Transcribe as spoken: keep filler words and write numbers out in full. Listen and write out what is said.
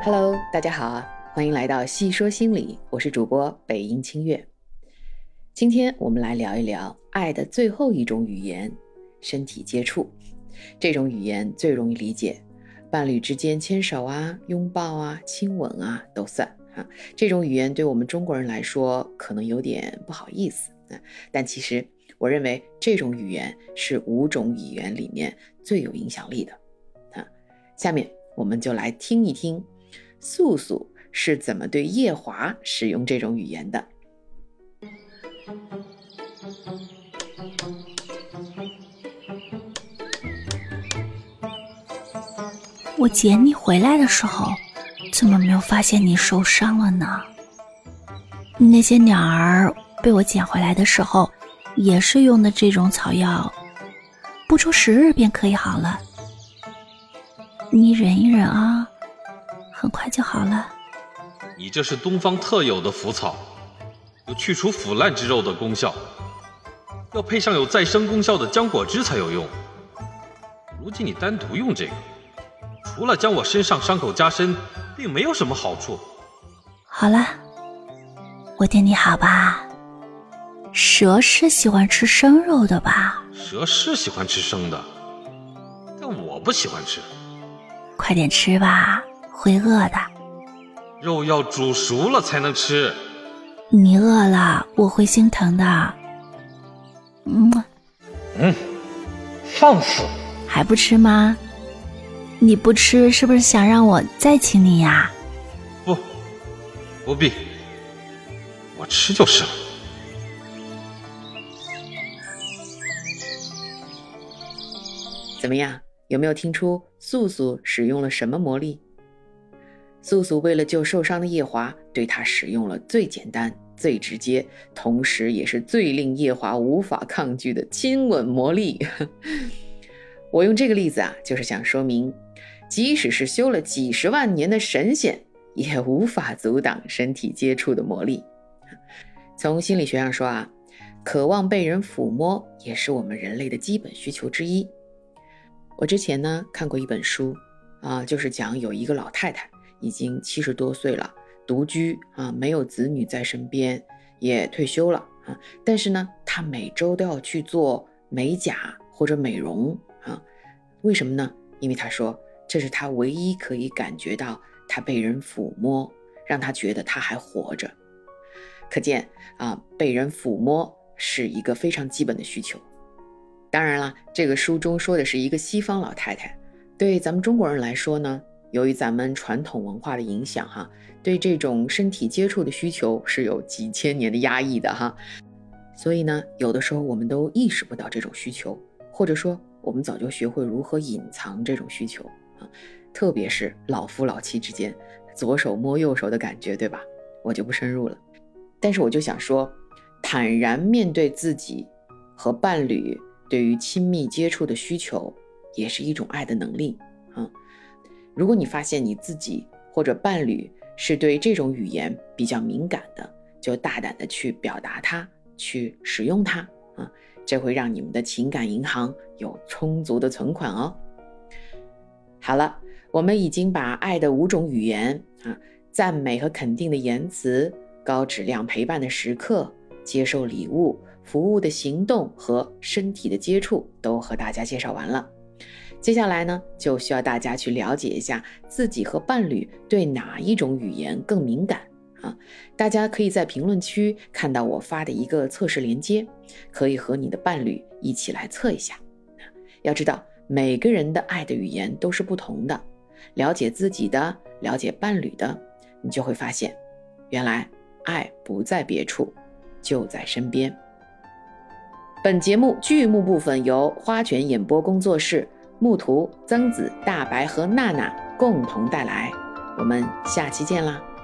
Hello， 大家好，欢迎来到细说心理，我是主播北音清月。今天我们来聊一聊爱的最后一种语言——身体接触。这种语言最容易理解，伴侣之间牵手啊、拥抱啊、亲吻啊都算啊。这种语言对我们中国人来说可能有点不好意思，啊、但其实我认为这种语言是五种语言里面最有影响力的。啊、下面我们就来听一听素素是怎么对夜华使用这种语言的。 我捡你回来的时候，怎么没有发现你受伤了呢？那些鸟儿被我捡回来的时候，也是用的这种草药，不出十日便可以好了。你忍一忍啊，很快就好了。 你这是东方特有的腐草，有去除腐烂之肉的功效，要配上有再生功效的浆果汁才有用。如今你单独用这个，除了将我身上伤口加深，并没有什么好处。 好了，我对你好吧？蛇是喜欢吃生肉的吧？ 蛇是喜欢吃生的，但我不喜欢吃。 快点吃吧，会饿的。 肉要煮熟了才能吃。 你饿了，我会心疼的。嗯嗯，放肆！ 还不吃吗？你不吃是不是想让我再请你呀？ 不，不必，我吃就是了。 怎么样？有没有听出素素使用了什么魔力？素素为了救受伤的夜华，对他使用了最简单、最直接，同时也是最令夜华无法抗拒的亲吻魔力。我用这个例子啊，就是想说明，即使是修了几十万年的神仙，也无法阻挡身体接触的魔力。从心理学上说啊，渴望被人抚摸也是我们人类的基本需求之一。我之前呢看过一本书啊，就是讲有一个老太太已经七十多岁了，独居啊，没有子女在身边，也退休了啊，但是呢，她每周都要去做美甲或者美容啊，为什么呢？因为她说这是她唯一可以感觉到她被人抚摸，让她觉得她还活着。可见啊，被人抚摸是一个非常基本的需求。当然了，这个书中说的是一个西方老太太，对咱们中国人来说呢，由于咱们传统文化的影响哈，对这种身体接触的需求是有几千年的压抑的哈，所以呢，有的时候我们都意识不到这种需求，或者说我们早就学会如何隐藏这种需求啊，特别是老夫老妻之间，左手摸右手的感觉，对吧？我就不深入了，但是我就想说，坦然面对自己和伴侣对于亲密接触的需求，也是一种爱的能力啊。如果你发现你自己或者伴侣是对这种语言比较敏感的，就大胆的去表达它，去使用它啊，这会让你们的情感银行有充足的存款哦。好了，我们已经把爱的五种语言啊，赞美和肯定的言辞，高质量陪伴的时刻，接受礼物，服务的行动和身体的接触都和大家介绍完了。接下来呢，就需要大家去了解一下自己和伴侣对哪一种语言更敏感啊。大家可以在评论区看到我发的一个测试链接，可以和你的伴侣一起来测一下。要知道每个人的爱的语言都是不同的，了解自己的，了解伴侣的，你就会发现原来爱不在别处，就在身边。本节目剧目部分由花卷演播工作室、木图、曾子、大白和娜娜共同带来，我们下期见啦。